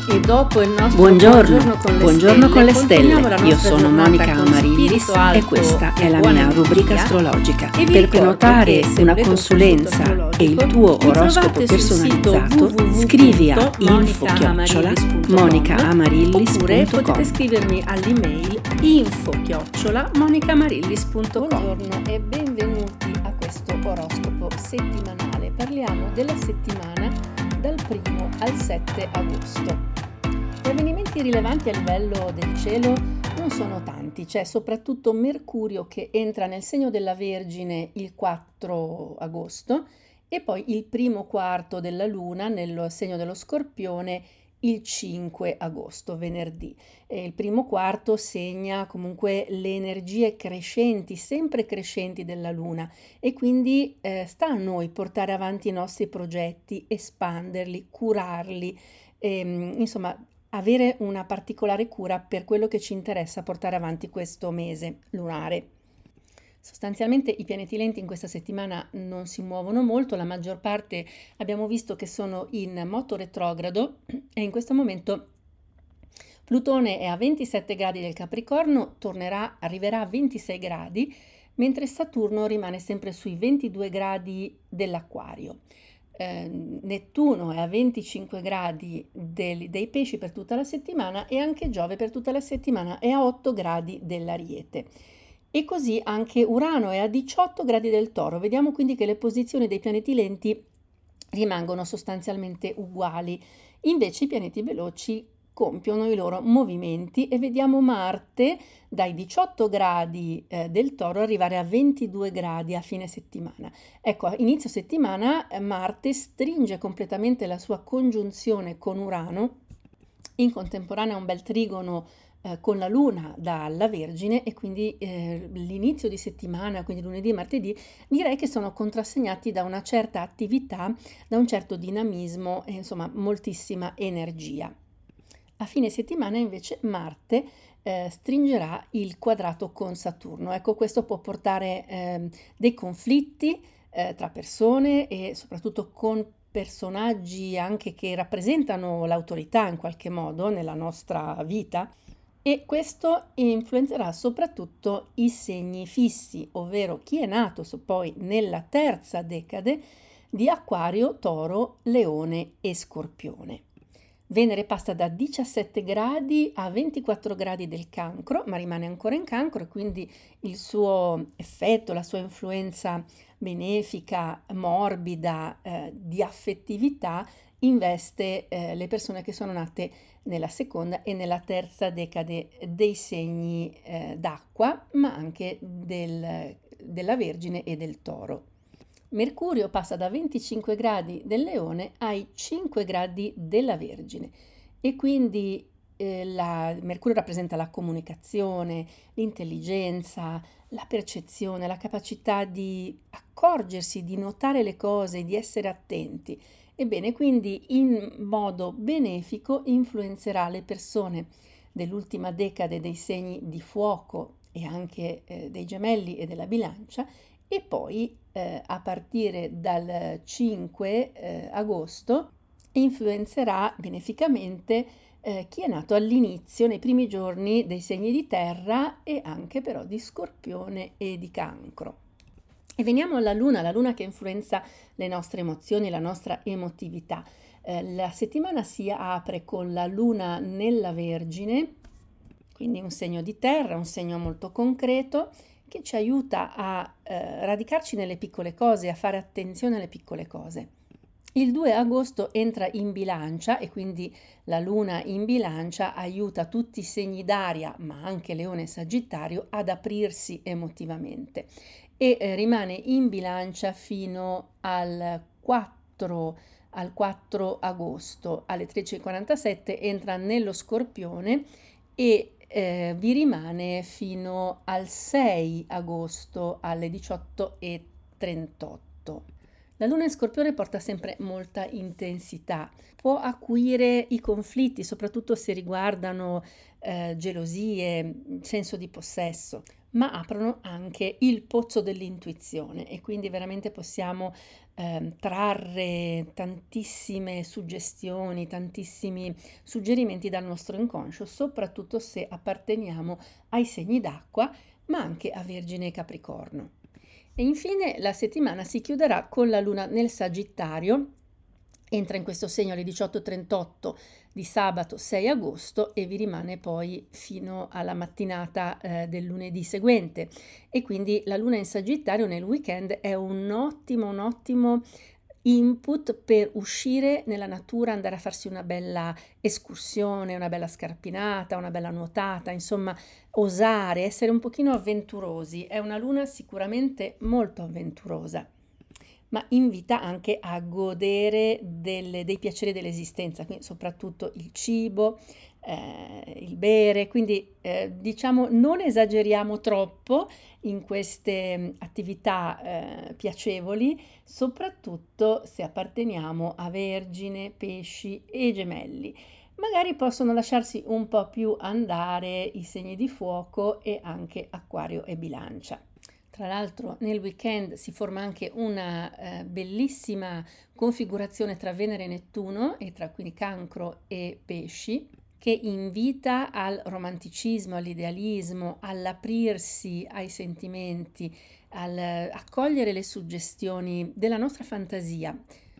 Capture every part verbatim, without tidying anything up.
E dopo il nostro Buongiorno, buongiorno con le buongiorno stelle, con le stelle. continuiamo la Io nostra sono giornata Monica con Amarillis spirito alto e questa è e la buona mia rubrica energia. astrologica. E vi Per ricordo prenotare che se una volete un consulenza consulto e il tuo astrologico, mi oroscopo trovate sul sito personalizzato, w w w scrivi a punto info chiocciola monica amarellis punto com monica amarellis oppure punto potete com. scrivermi all'email info chiocciola monica amarellis punto com. Buongiorno e benvenuti a questo oroscopo settimanale. Parliamo della settimana dal primo al sette agosto. Gli avvenimenti rilevanti a livello del cielo non sono tanti, c'è soprattutto Mercurio che entra nel segno della Vergine il quattro agosto e poi il primo quarto della Luna nel segno dello Scorpione il cinque agosto, venerdì. E il primo quarto segna comunque le energie crescenti, sempre crescenti della Luna e quindi eh, sta a noi portare avanti i nostri progetti, espanderli, curarli, ehm, insomma avere una particolare cura per quello che ci interessa portare avanti questo mese lunare. Sostanzialmente i pianeti lenti in questa settimana non si muovono molto, la maggior parte abbiamo visto che sono in moto retrogrado e in questo momento Plutone è a ventisette gradi del Capricorno, tornerà, arriverà a ventisei gradi, mentre Saturno rimane sempre sui ventidue gradi dell'Acquario. Eh, Nettuno è a venticinque gradi del, dei pesci per tutta la settimana e anche Giove per tutta la settimana è a otto gradi dell'Ariete. E così anche Urano è a diciotto gradi del Toro. Vediamo quindi che le posizioni dei pianeti lenti rimangono sostanzialmente uguali. Invece i pianeti veloci compiono i loro movimenti e vediamo Marte dai diciotto gradi eh, del Toro arrivare a ventidue gradi a fine settimana. Ecco, a inizio settimana eh, Marte stringe completamente la sua congiunzione con Urano, in contemporanea un bel trigono eh, con la Luna dalla Vergine e quindi eh, l'inizio di settimana, quindi lunedì e martedì, direi che sono contrassegnati da una certa attività, da un certo dinamismo e insomma moltissima energia. A fine settimana invece Marte eh, stringerà il quadrato con Saturno. Ecco, questo può portare eh, dei conflitti eh, tra persone e soprattutto con personaggi anche che rappresentano l'autorità in qualche modo nella nostra vita. E questo influenzerà soprattutto i segni fissi, ovvero chi è nato poi nella terza decade di Acquario, Toro, Leone e Scorpione. Venere passa da diciassette gradi a ventiquattro gradi del Cancro, ma rimane ancora in Cancro e quindi il suo effetto, la sua influenza benefica, morbida, eh, di affettività investe eh, le persone che sono nate nella seconda e nella terza decade dei segni eh, d'acqua, ma anche del, della Vergine e del Toro. Mercurio passa da venticinque gradi del Leone ai cinque gradi della Vergine e quindi eh, la, Mercurio rappresenta la comunicazione, l'intelligenza, la percezione, la capacità di accorgersi, di notare le cose, di essere attenti. Ebbene, quindi in modo benefico influenzerà le persone dell'ultima decade dei segni di fuoco e anche eh, dei gemelli e della bilancia e poi eh, a partire dal cinque eh, agosto influenzerà beneficamente eh, chi è nato all'inizio, nei primi giorni dei segni di terra e anche però di Scorpione e di Cancro. E veniamo alla Luna, la Luna che influenza le nostre emozioni, la nostra emotività. Eh, la settimana si apre con la Luna nella Vergine, quindi un segno di terra, un segno molto concreto, che ci aiuta a eh, radicarci nelle piccole cose, a fare attenzione alle piccole cose. Il due agosto entra in bilancia e quindi la luna in bilancia aiuta tutti i segni d'aria, ma anche Leone e Sagittario, ad aprirsi emotivamente e eh, rimane in bilancia fino al quattro, al quattro agosto. Alle tredici e quarantasette entra nello Scorpione e Eh, vi rimane fino al sei agosto alle diciotto e trentotto. La luna in Scorpione porta sempre molta intensità, può acuire i conflitti, soprattutto se riguardano eh, gelosie, senso di possesso, ma aprono anche il pozzo dell'intuizione e quindi veramente possiamo ehm, trarre tantissime suggestioni, tantissimi suggerimenti dal nostro inconscio, soprattutto se apparteniamo ai segni d'acqua, ma anche a Vergine e Capricorno. E infine la settimana si chiuderà con la luna nel Sagittario, entra in questo segno alle diciotto e trentotto di sabato sei agosto e vi rimane poi fino alla mattinata eh, del lunedì seguente, e quindi la luna in Sagittario nel weekend è un ottimo, un ottimo input per uscire nella natura, andare a farsi una bella escursione, una bella scarpinata, una bella nuotata, insomma osare, essere un pochino avventurosi. È una luna sicuramente molto avventurosa, ma invita anche a godere delle, dei piaceri dell'esistenza, quindi soprattutto il cibo, eh, il bere, quindi eh, diciamo non esageriamo troppo in queste mh, attività eh, piacevoli, soprattutto se apparteniamo a Vergine, Pesci e Gemelli. Magari possono lasciarsi un po' più andare i segni di fuoco e anche Acquario e Bilancia. Tra l'altro nel weekend si forma anche una eh, bellissima configurazione tra Venere e Nettuno e tra quindi Cancro e Pesci, che invita al romanticismo, all'idealismo, all'aprirsi ai sentimenti, al accogliere le suggestioni della nostra fantasia.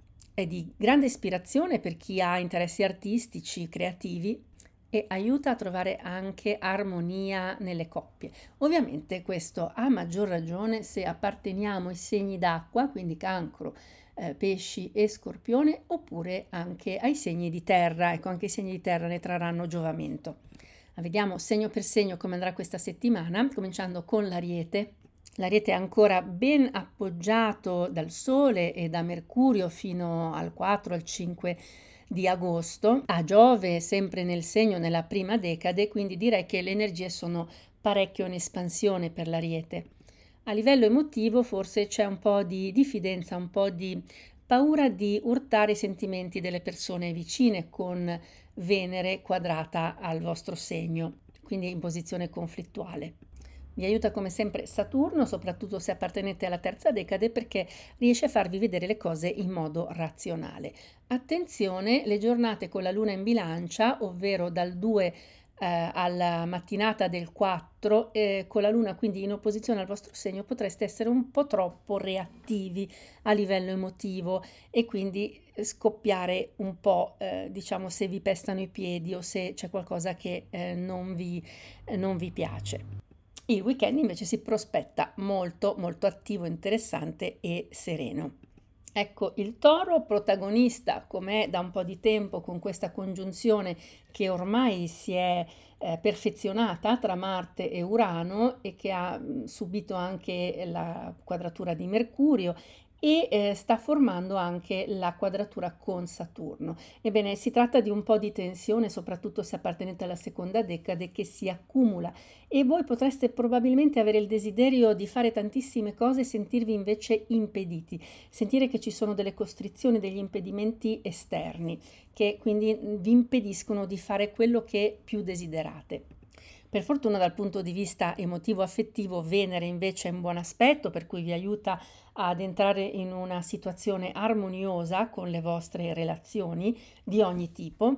È di grande ispirazione per chi ha interessi artistici, creativi, e aiuta a trovare anche armonia nelle coppie. Ovviamente questo a maggior ragione se apparteniamo ai segni d'acqua, quindi Cancro, eh, Pesci e Scorpione, oppure anche ai segni di terra. Ecco, anche i segni di terra ne trarranno giovamento. Ma vediamo segno per segno come andrà questa settimana, cominciando con l'Ariete. L'Ariete è ancora ben appoggiato dal Sole e da Mercurio fino al quattro al cinque di agosto, a Giove sempre nel segno nella prima decade, quindi direi che le energie sono parecchio in espansione per l'Ariete. A livello emotivo forse c'è un po' di diffidenza, un po' di paura di urtare i sentimenti delle persone vicine con Venere quadrata al vostro segno, quindi in posizione conflittuale. Vi aiuta come sempre Saturno, soprattutto se appartenete alla terza decade, perché riesce a farvi vedere le cose in modo razionale. Attenzione, le giornate con la luna in bilancia, ovvero dal due eh, alla mattinata del quattro, eh, con la luna quindi in opposizione al vostro segno, potreste essere un po' troppo reattivi a livello emotivo e quindi scoppiare un po', eh, diciamo, se vi pestano i piedi o se c'è qualcosa che eh, non vi, eh, non vi piace. Il weekend invece si prospetta molto molto attivo, interessante e sereno. Ecco il Toro, protagonista com'è da un po' di tempo con questa congiunzione che ormai si è eh, perfezionata tra Marte e Urano e che ha mh, subito anche la quadratura di Mercurio e eh, sta formando anche la quadratura con Saturno. Ebbene, si tratta di un po' di tensione, soprattutto se appartenete alla seconda decade, che si accumula e voi potreste probabilmente avere il desiderio di fare tantissime cose e sentirvi invece impediti, sentire che ci sono delle costrizioni, degli impedimenti esterni, che quindi vi impediscono di fare quello che più desiderate. Per fortuna dal punto di vista emotivo-affettivo Venere invece è in buon aspetto, per cui vi aiuta ad entrare in una situazione armoniosa con le vostre relazioni di ogni tipo,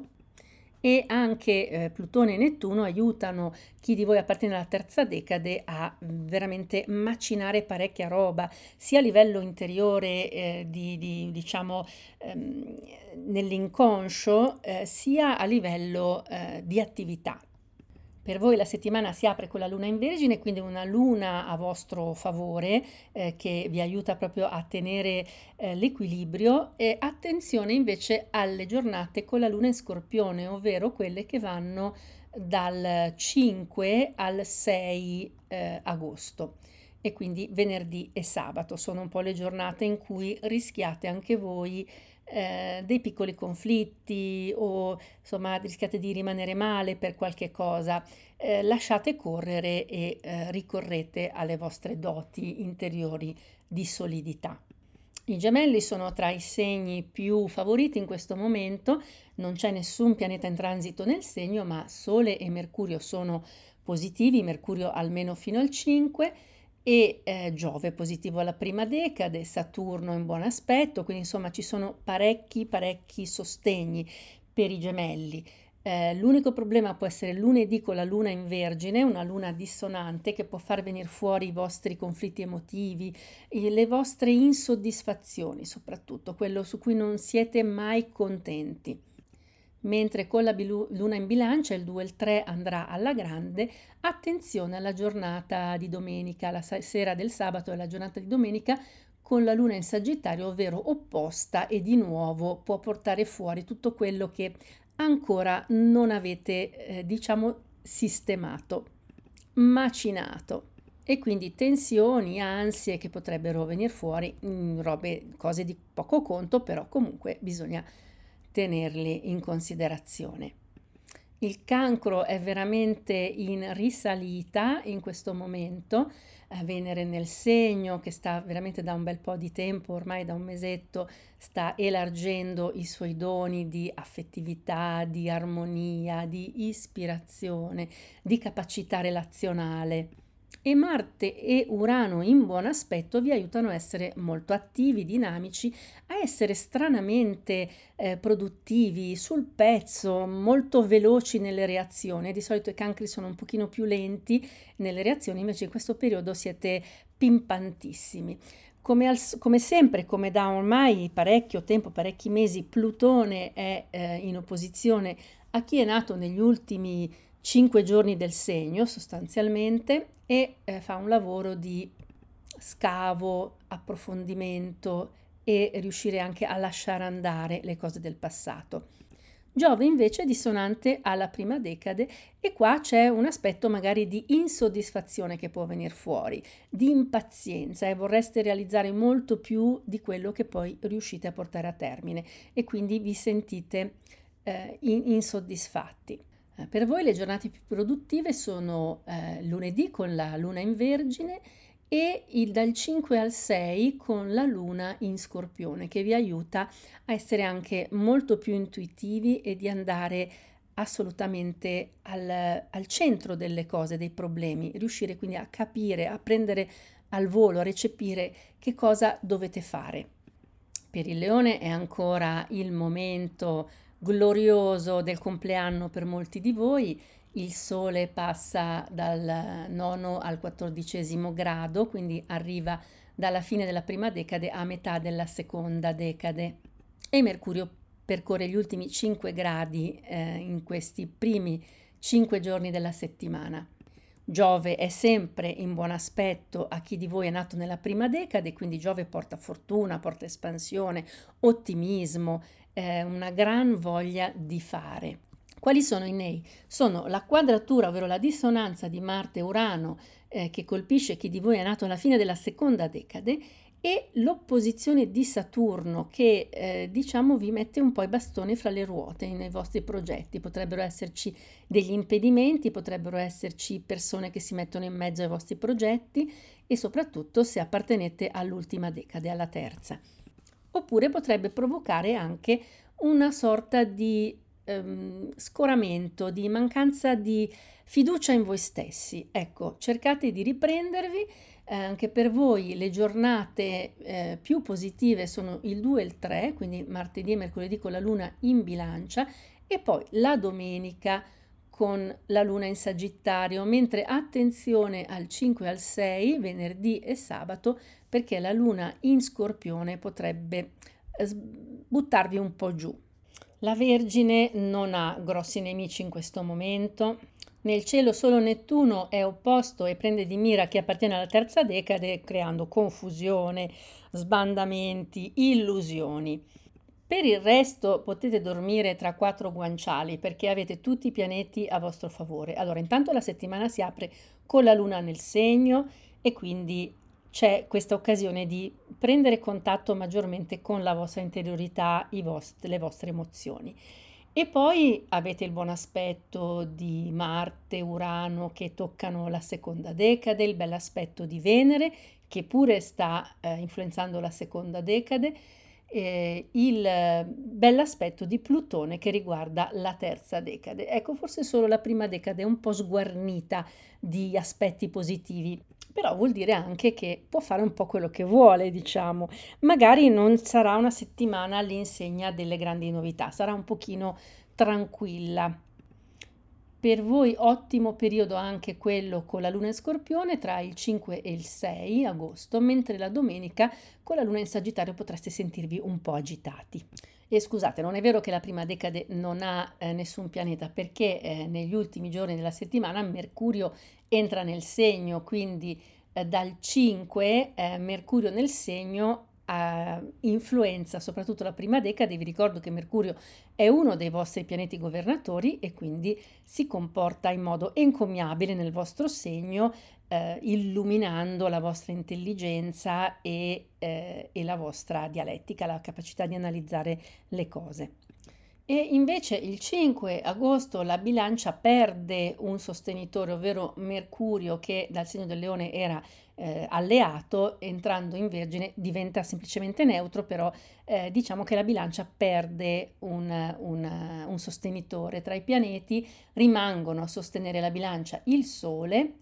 e anche eh, Plutone e Nettuno aiutano chi di voi appartiene alla terza decade a veramente macinare parecchia roba, sia a livello interiore, eh, di, di, diciamo, ehm, nell'inconscio, eh, sia a livello eh, di attività. Per voi la settimana si apre con la luna in Vergine, quindi una luna a vostro favore eh, che vi aiuta proprio a tenere eh, l'equilibrio, e attenzione invece alle giornate con la luna in Scorpione, ovvero quelle che vanno dal cinque al sei eh, agosto. E quindi venerdì e sabato sono un po' le giornate in cui rischiate anche voi eh, dei piccoli conflitti o insomma rischiate di rimanere male per qualche cosa. Eh, lasciate correre e eh, ricorrete alle vostre doti interiori di solidità. I gemelli sono tra i segni più favoriti in questo momento, non c'è nessun pianeta in transito nel segno, ma Sole e Mercurio sono positivi, Mercurio almeno fino al cinque, e eh, Giove positivo alla prima decade, Saturno in buon aspetto, quindi insomma ci sono parecchi parecchi sostegni per i gemelli. Eh, l'unico problema può essere lunedì con la luna in Vergine, una luna dissonante che può far venire fuori i vostri conflitti emotivi, e le vostre insoddisfazioni, soprattutto quello su cui non siete mai contenti. Mentre con la bilu- luna in bilancia il due e il tre andrà alla grande, attenzione alla giornata di domenica, la sa- sera del sabato e la giornata di domenica con la luna in Sagittario, ovvero opposta, e di nuovo può portare fuori tutto quello che ancora non avete, eh, diciamo, sistemato, macinato. E quindi tensioni, ansie che potrebbero venire fuori, mm, robe, cose di poco conto, però comunque bisogna tenerli in considerazione. Il cancro è veramente in risalita in questo momento, eh, Venere nel segno che sta veramente da un bel po' di tempo, ormai da un mesetto, sta elargendo i suoi doni di affettività, di armonia, di ispirazione, di capacità relazionale. E Marte e Urano in buon aspetto vi aiutano a essere molto attivi, dinamici, a essere stranamente eh, produttivi, sul pezzo, molto veloci nelle reazioni. Di solito i cancri sono un pochino più lenti nelle reazioni, invece in questo periodo siete pimpantissimi. Come, al, come sempre, come da ormai parecchio tempo, parecchi mesi, Plutone è eh, in opposizione a chi è nato negli ultimi cinque giorni del segno sostanzialmente, e eh, fa un lavoro di scavo, approfondimento e riuscire anche a lasciare andare le cose del passato. Giove invece è dissonante alla prima decade e qua c'è un aspetto magari di insoddisfazione che può venire fuori, di impazienza, e vorreste realizzare molto più di quello che poi riuscite a portare a termine e quindi vi sentite eh, insoddisfatti. Per voi le giornate più produttive sono eh, lunedì con la luna in Vergine e il, dal cinque al sei con la luna in Scorpione, che vi aiuta a essere anche molto più intuitivi e di andare assolutamente al, al centro delle cose, dei problemi, riuscire quindi a capire, a prendere al volo, a recepire che cosa dovete fare. Per il Leone è ancora il momento glorioso del compleanno per molti di voi. Il Sole passa dal nono al quattordicesimo grado, quindi arriva dalla fine della prima decade a metà della seconda decade. E Mercurio percorre gli ultimi cinque gradi eh, in questi primi cinque giorni della settimana. Giove è sempre in buon aspetto a chi di voi è nato nella prima decade, quindi Giove porta fortuna, porta espansione, ottimismo, eh, una gran voglia di fare. Quali sono i nei? Sono la quadratura, ovvero la dissonanza di Marte e Urano, eh, che colpisce chi di voi è nato alla fine della seconda decade, e l'opposizione di Saturno che eh, diciamo vi mette un po' i bastoni fra le ruote nei vostri progetti. Potrebbero esserci degli impedimenti, potrebbero esserci persone che si mettono in mezzo ai vostri progetti, e soprattutto se appartenete all'ultima decade, alla terza. Oppure potrebbe provocare anche una sorta di ehm, scoramento, di mancanza di fiducia in voi stessi. Ecco, cercate di riprendervi. Eh, anche per voi le giornate eh, più positive sono il due e il tre, quindi martedì e mercoledì con la luna in bilancia, e poi la domenica con la luna in Sagittario, mentre attenzione al cinque e al sei, venerdì e sabato, perché la luna in Scorpione potrebbe eh, buttarvi un po' giù. La Vergine non ha grossi nemici in questo momento. Nel cielo solo Nettuno è opposto e prende di mira chi appartiene alla terza decade, creando confusione, sbandamenti, illusioni. Per il resto potete dormire tra quattro guanciali perché avete tutti i pianeti a vostro favore. Allora, intanto la settimana si apre con la luna nel segno e quindi c'è questa occasione di prendere contatto maggiormente con la vostra interiorità, i vostri, le vostre emozioni. E poi avete il buon aspetto di Marte, Urano che toccano la seconda decade, il bell'aspetto di Venere che pure sta eh, influenzando la seconda decade, eh, il bell'aspetto di Plutone che riguarda la terza decade. Ecco, forse solo la prima decade è un po' sguarnita di aspetti positivi, Però vuol dire anche che può fare un po' quello che vuole, diciamo. Magari non sarà una settimana all'insegna delle grandi novità, sarà un pochino tranquilla. Per voi ottimo periodo anche quello con la luna in Scorpione tra il cinque e il sei agosto, mentre la domenica con la luna in Sagittario potreste sentirvi un po' agitati. E scusate, non è vero che la prima decade non ha eh, nessun pianeta, perché eh, negli ultimi giorni della settimana Mercurio entra nel segno, quindi eh, dal cinque eh, Mercurio nel segno eh, influenza soprattutto la prima decade. Vi ricordo che Mercurio è uno dei vostri pianeti governatori e quindi si comporta in modo encomiabile nel vostro segno, eh, illuminando la vostra intelligenza e, eh, e la vostra dialettica, la capacità di analizzare le cose. E invece il cinque agosto la bilancia perde un sostenitore, ovvero Mercurio, che dal segno del Leone era eh, alleato, entrando in Vergine diventa semplicemente neutro, però eh, diciamo che la bilancia perde un, un, un sostenitore. Tra i pianeti rimangono a sostenere la bilancia il Sole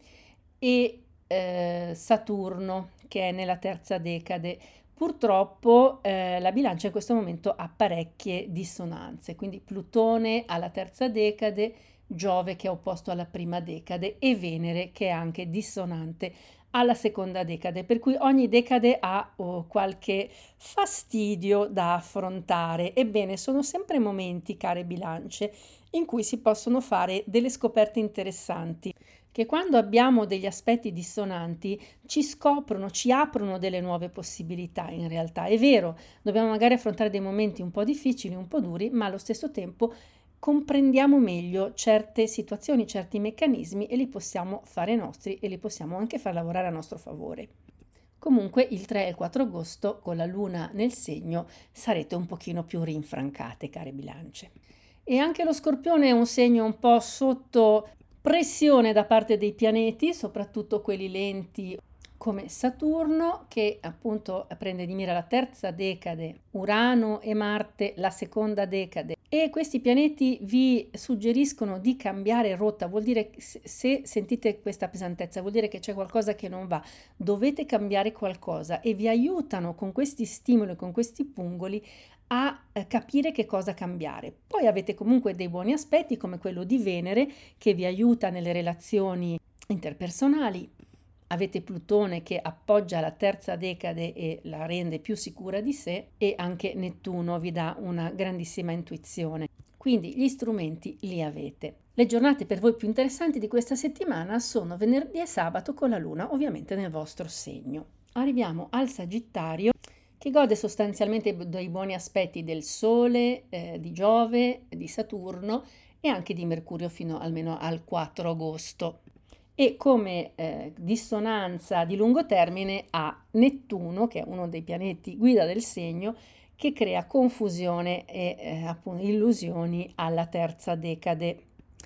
e eh, Saturno, che è nella terza decade. Purtroppo eh, la bilancia in questo momento ha parecchie dissonanze, quindi Plutone alla terza decade, Giove che è opposto alla prima decade e Venere che è anche dissonante alla seconda decade, per cui ogni decade ha oh, qualche fastidio da affrontare. Ebbene, sono sempre momenti, care bilance, in cui si possono fare delle scoperte interessanti, che quando abbiamo degli aspetti dissonanti ci scoprono, ci aprono delle nuove possibilità in realtà. È vero, dobbiamo magari affrontare dei momenti un po' difficili, un po' duri, ma allo stesso tempo comprendiamo meglio certe situazioni, certi meccanismi e li possiamo fare nostri e li possiamo anche far lavorare a nostro favore. Comunque il tre e il quattro agosto con la luna nel segno sarete un pochino più rinfrancate, care bilance. E anche lo Scorpione è un segno un po' sotto pressione da parte dei pianeti, soprattutto quelli lenti come Saturno, che appunto prende di mira la terza decade, Urano e Marte la seconda decade. E questi pianeti vi suggeriscono di cambiare rotta. Vuol dire, se sentite questa pesantezza, vuol dire che c'è qualcosa che non va, dovete cambiare qualcosa e vi aiutano con questi stimoli, con questi pungoli a capire che cosa cambiare. Poi avete comunque dei buoni aspetti come quello di Venere che vi aiuta nelle relazioni interpersonali. Avete Plutone che appoggia la terza decade e la rende più sicura di sé e anche Nettuno vi dà una grandissima intuizione. Quindi gli strumenti li avete. Le giornate per voi più interessanti di questa settimana sono venerdì e sabato con la luna ovviamente nel vostro segno. Arriviamo al Sagittario che gode sostanzialmente dei buoni aspetti del Sole, eh, di Giove, di Saturno e anche di Mercurio fino almeno al quattro agosto. E come eh, dissonanza di lungo termine ha Nettuno, che è uno dei pianeti guida del segno, che crea confusione e eh, appunto illusioni alla terza decade.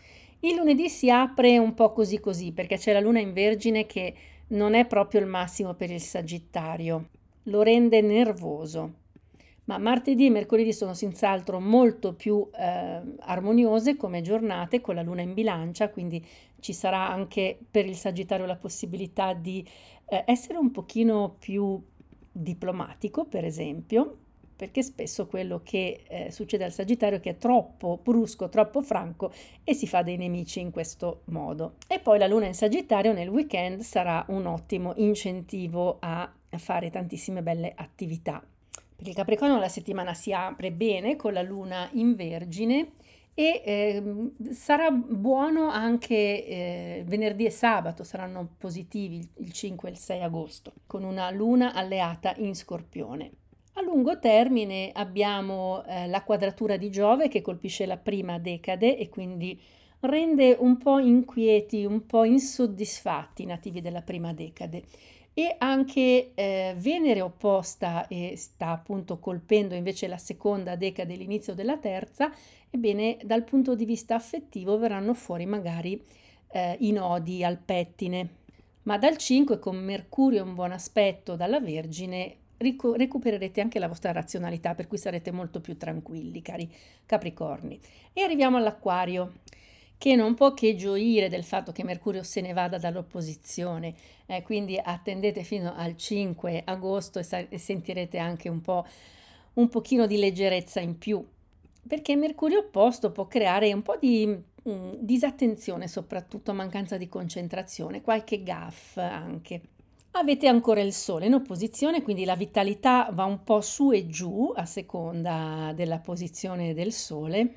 Il lunedì si apre un po' così così, perché c'è la luna in Vergine che non è proprio il massimo per il Sagittario, lo rende nervoso. Ma martedì e mercoledì sono senz'altro molto più eh, armoniose come giornate con la luna in bilancia, quindi ci sarà anche per il Sagittario la possibilità di eh, essere un pochino più diplomatico, per esempio, perché spesso quello che eh, succede al Sagittario è che è troppo brusco, troppo franco e si fa dei nemici in questo modo. E poi la luna in Sagittario nel weekend sarà un ottimo incentivo a fare tantissime belle attività. Per il Capricorno la settimana si apre bene con la luna in Vergine e eh, sarà buono anche eh, venerdì e sabato, saranno positivi il cinque e il sei agosto, con una luna alleata in Scorpione. A lungo termine abbiamo eh, la quadratura di Giove che colpisce la prima decade e quindi rende un po' inquieti, un po' insoddisfatti i nativi della prima decade. E anche eh, Venere opposta e sta appunto colpendo invece la seconda decade, l'inizio della terza, ebbene dal punto di vista affettivo verranno fuori magari eh, i nodi al pettine. Ma dal cinque con Mercurio in buon aspetto dalla Vergine ricu- recupererete anche la vostra razionalità, per cui sarete molto più tranquilli, cari Capricorni. E arriviamo all'Acquario, che non può che gioire del fatto che Mercurio se ne vada dall'opposizione, eh, quindi attendete fino al cinque agosto e, sa- e sentirete anche un po' un pochino di leggerezza in più, perché Mercurio opposto può creare un po' di mm, disattenzione, soprattutto mancanza di concentrazione, qualche gaff anche. Avete ancora il Sole in opposizione, quindi la vitalità va un po' su e giù a seconda della posizione del Sole,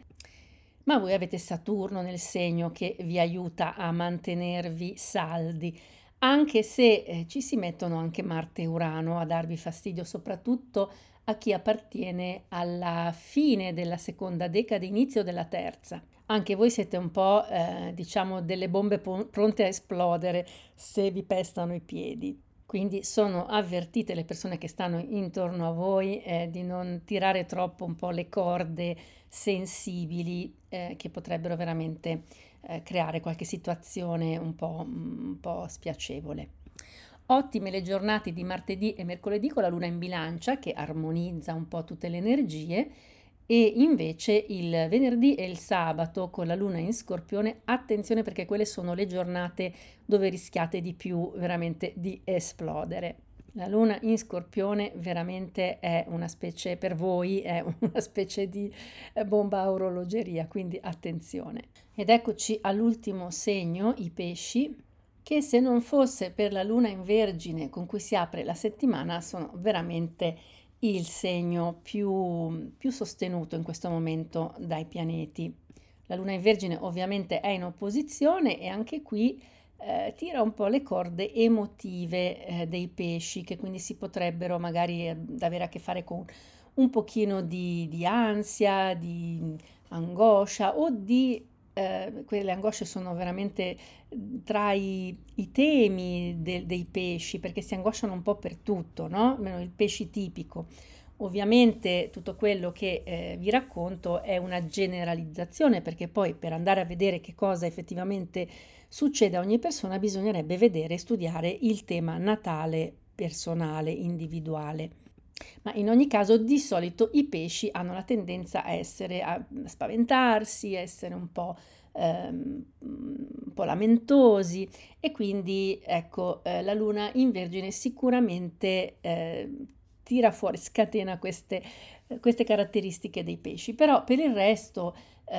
ma voi avete Saturno nel segno che vi aiuta a mantenervi saldi, anche se eh, ci si mettono anche Marte e Urano a darvi fastidio, soprattutto a chi appartiene alla fine della seconda decade, inizio della terza. Anche voi siete un po', eh, diciamo, delle bombe po- pronte a esplodere se vi pestano i piedi. Quindi sono avvertite le persone che stanno intorno a voi eh, di non tirare troppo un po' le corde sensibili eh, che potrebbero veramente eh, creare qualche situazione un po', un po' spiacevole. Ottime le giornate di martedì e mercoledì con la luna in bilancia che armonizza un po' tutte le energie, e invece il venerdì e il sabato con la luna in Scorpione, attenzione perché quelle sono le giornate dove rischiate di più veramente di esplodere. La luna in Scorpione veramente è una specie, per voi, è una specie di eh, bomba a orologeria, quindi attenzione. Ed eccoci all'ultimo segno, i pesci, che se non fosse per la luna in Vergine con cui si apre la settimana sono veramente il segno più, più sostenuto in questo momento dai pianeti. La luna in Vergine ovviamente è in opposizione e anche qui eh, tira un po' le corde emotive eh, dei pesci, che quindi si potrebbero magari eh, avere a che fare con un pochino di, di ansia, di angoscia o di eh, quelle angosce sono veramente tra i, i temi de- dei pesci, perché si angosciano un po' per tutto, no? Almeno il pesci tipico. Ovviamente tutto quello che eh, vi racconto è una generalizzazione, perché poi per andare a vedere che cosa effettivamente succede a ogni persona bisognerebbe vedere e studiare il tema natale personale, individuale. Ma in ogni caso di solito i pesci hanno la tendenza a essere a spaventarsi, a essere un po', ehm, un po' lamentosi, e quindi ecco eh, la luna in Vergine sicuramente eh, tira fuori, scatena queste, queste caratteristiche dei pesci, però per il resto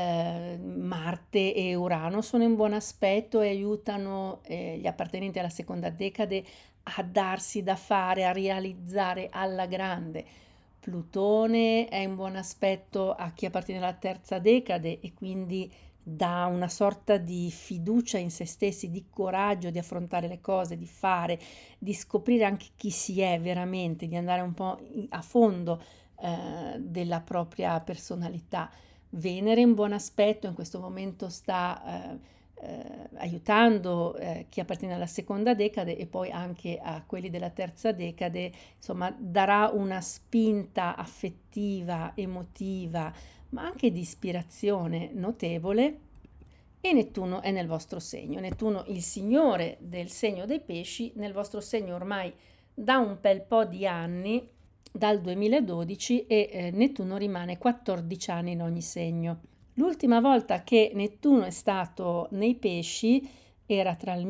eh, Marte e Urano sono in buon aspetto e aiutano eh, gli appartenenti alla seconda decade a darsi da fare, a realizzare alla grande. Plutone è in buon aspetto a chi appartiene alla terza decade e quindi dà una sorta di fiducia in se stessi, di coraggio di affrontare le cose, di fare, di scoprire anche chi si è veramente, di andare un po' a fondo eh, della propria personalità. Venere in buon aspetto in questo momento sta eh, eh, aiutando eh, chi appartiene alla seconda decade e poi anche a quelli della terza decade, insomma darà una spinta affettiva, emotiva, ma anche di ispirazione notevole. E Nettuno è nel vostro segno. Nettuno, il signore del segno dei pesci, nel vostro segno ormai da un bel po' di anni, dal duemiladodici, e eh, Nettuno rimane quattordici anni in ogni segno. L'ultima volta che Nettuno è stato nei pesci era tra il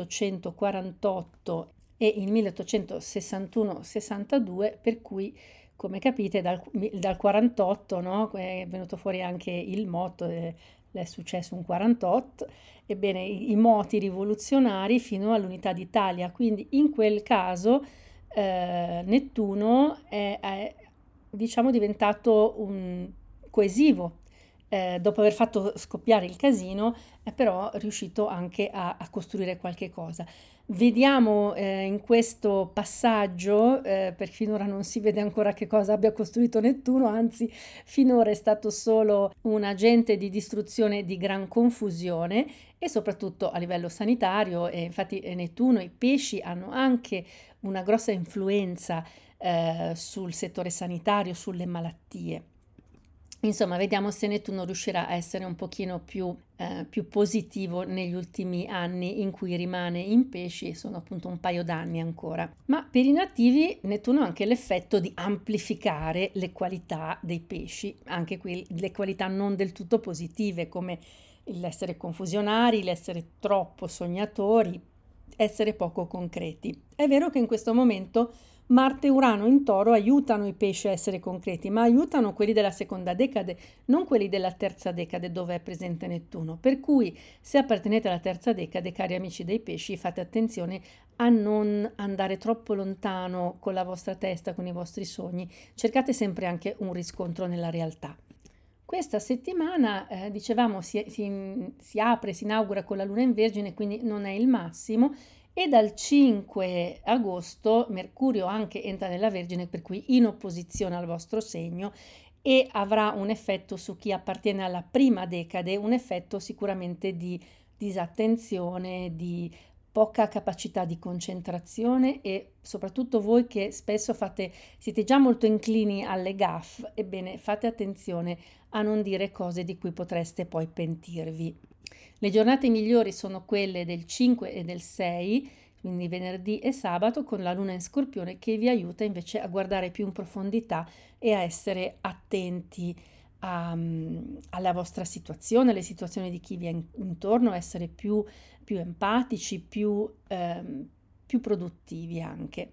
milleottocentoquarantotto e il milleottocentosessantuno sessantadue, per cui come capite dal, dal quarantotto, no, è venuto fuori anche il motto, eh, è successo un quarantotto, ebbene i, i moti rivoluzionari fino all'unità d'Italia, quindi in quel caso eh, Nettuno è, è diciamo diventato un coesivo. Eh, dopo aver fatto scoppiare il casino, è però riuscito anche a, a costruire qualche cosa. Vediamo eh, in questo passaggio, eh, perché finora non si vede ancora che cosa abbia costruito Nettuno, anzi finora è stato solo un agente di distruzione di gran confusione e soprattutto a livello sanitario, e infatti eh, Nettuno, i pesci hanno anche una grossa influenza eh, sul settore sanitario, sulle malattie. Insomma, vediamo se Nettuno riuscirà a essere un pochino più, eh, più positivo negli ultimi anni in cui rimane in pesci, sono appunto un paio d'anni ancora. Ma per i nativi Nettuno ha anche l'effetto di amplificare le qualità dei pesci, anche qui le qualità non del tutto positive come l'essere confusionari, l'essere troppo sognatori, essere poco concreti. È vero che in questo momento Marte e Urano in Toro aiutano i pesci a essere concreti, ma aiutano quelli della seconda decade, non quelli della terza decade dove è presente Nettuno. Per cui se appartenete alla terza decade, cari amici dei pesci, fate attenzione a non andare troppo lontano con la vostra testa, con i vostri sogni. Cercate sempre anche un riscontro nella realtà. Questa settimana, eh, dicevamo, si, si, si apre, si inaugura con la Luna in Vergine, quindi non è il massimo, e dal cinque agosto Mercurio anche entra nella Vergine, per cui in opposizione al vostro segno, e avrà un effetto su chi appartiene alla prima decade, un effetto sicuramente di disattenzione, di poca capacità di concentrazione, e soprattutto voi che spesso fate, siete già molto inclini alle gaffe, ebbene fate attenzione a non dire cose di cui potreste poi pentirvi. Le giornate migliori sono quelle del cinque e del sei, quindi venerdì e sabato, con la Luna in Scorpione che vi aiuta invece a guardare più in profondità e a essere attenti a, alla vostra situazione, alle situazioni di chi vi è intorno, essere più, più empatici, più, ehm, più produttivi anche.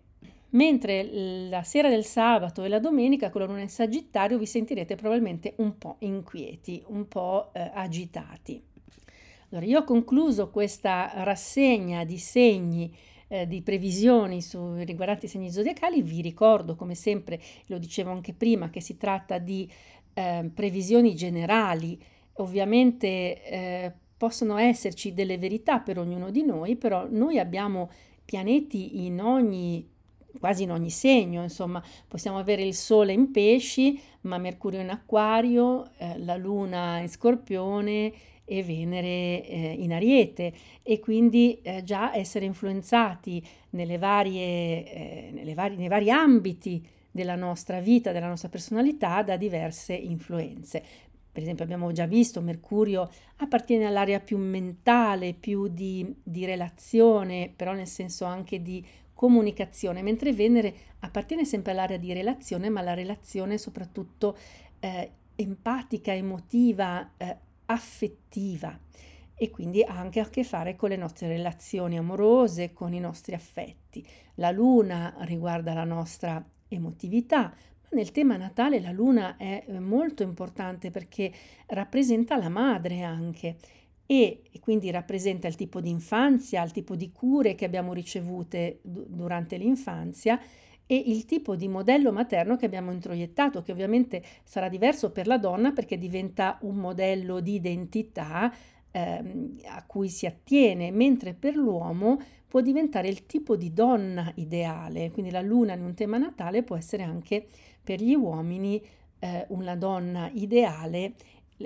Mentre la sera del sabato e la domenica con la Luna in Sagittario vi sentirete probabilmente un po' inquieti, un po' eh, agitati. Allora, io ho concluso questa rassegna di segni, eh, di previsioni su, riguardanti i segni zodiacali. Vi ricordo, come sempre, lo dicevo anche prima, che si tratta di eh, previsioni generali. Ovviamente eh, possono esserci delle verità per ognuno di noi, però noi abbiamo pianeti in ogni, quasi in ogni segno, insomma, possiamo avere il Sole in Pesci, ma Mercurio in Acquario, eh, la Luna in Scorpione e Venere eh, in Ariete, e quindi eh, già essere influenzati nelle varie, eh, nelle vari, nei vari ambiti della nostra vita, della nostra personalità, da diverse influenze. Per esempio abbiamo già visto Mercurio appartiene all'area più mentale, più di, di relazione, però nel senso anche di comunicazione, mentre Venere appartiene sempre all'area di relazione, ma la relazione soprattutto eh, empatica, emotiva, eh, affettiva, e quindi ha anche a che fare con le nostre relazioni amorose, con i nostri affetti. La Luna riguarda la nostra emotività, ma nel tema natale la Luna è molto importante perché rappresenta la madre anche, e quindi rappresenta il tipo di infanzia, il tipo di cure che abbiamo ricevute d- durante l'infanzia, e il tipo di modello materno che abbiamo introiettato, che ovviamente sarà diverso per la donna perché diventa un modello di identità ehm, a cui si attiene, mentre per l'uomo può diventare il tipo di donna ideale. Quindi la Luna in un tema natale può essere anche per gli uomini eh, una donna ideale,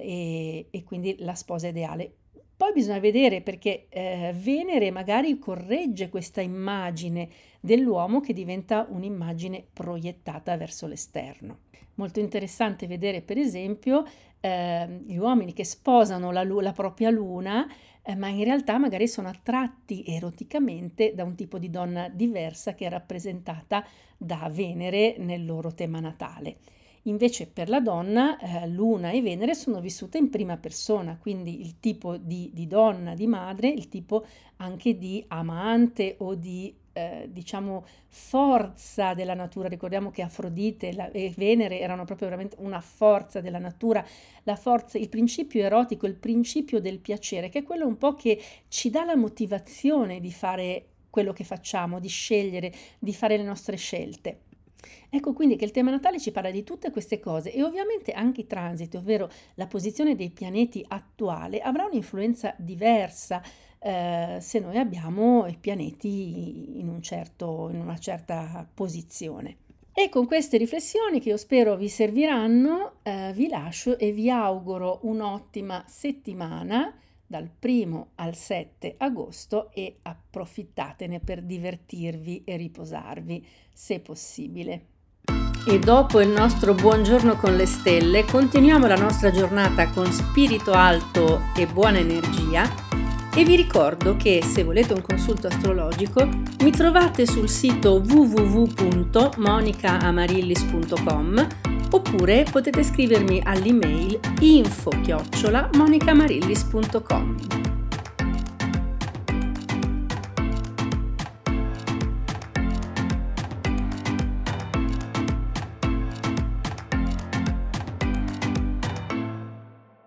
e, e quindi la sposa ideale. Poi bisogna vedere, perché eh, Venere magari corregge questa immagine dell'uomo che diventa un'immagine proiettata verso l'esterno. Molto interessante vedere per esempio eh, gli uomini che sposano la, la propria luna, eh, ma in realtà magari sono attratti eroticamente da un tipo di donna diversa che è rappresentata da Venere nel loro tema natale. Invece per la donna eh, Luna e Venere sono vissute in prima persona, quindi il tipo di, di donna, di madre, il tipo anche di amante o di eh, diciamo forza della natura. Ricordiamo che Afrodite la, e Venere erano proprio veramente una forza della natura, la forza, il principio erotico, il principio del piacere, che è quello un po' che ci dà la motivazione di fare quello che facciamo, di scegliere, di fare le nostre scelte. Ecco quindi che il tema natale ci parla di tutte queste cose, e ovviamente anche i transiti, ovvero la posizione dei pianeti attuale, avrà un'influenza diversa eh, se noi abbiamo i pianeti in, un certo, in una certa posizione. E con queste riflessioni, che io spero vi serviranno, eh, vi lascio e vi auguro un'ottima settimana dal primo al sette agosto, e approfittatene per divertirvi e riposarvi se possibile. E dopo il nostro buongiorno con le stelle, continuiamo la nostra giornata con spirito alto e buona energia, e vi ricordo che se volete un consulto astrologico mi trovate sul sito w w w punto monica amarillis punto com oppure potete scrivermi all'email info chiocciola monicamarillis punto com.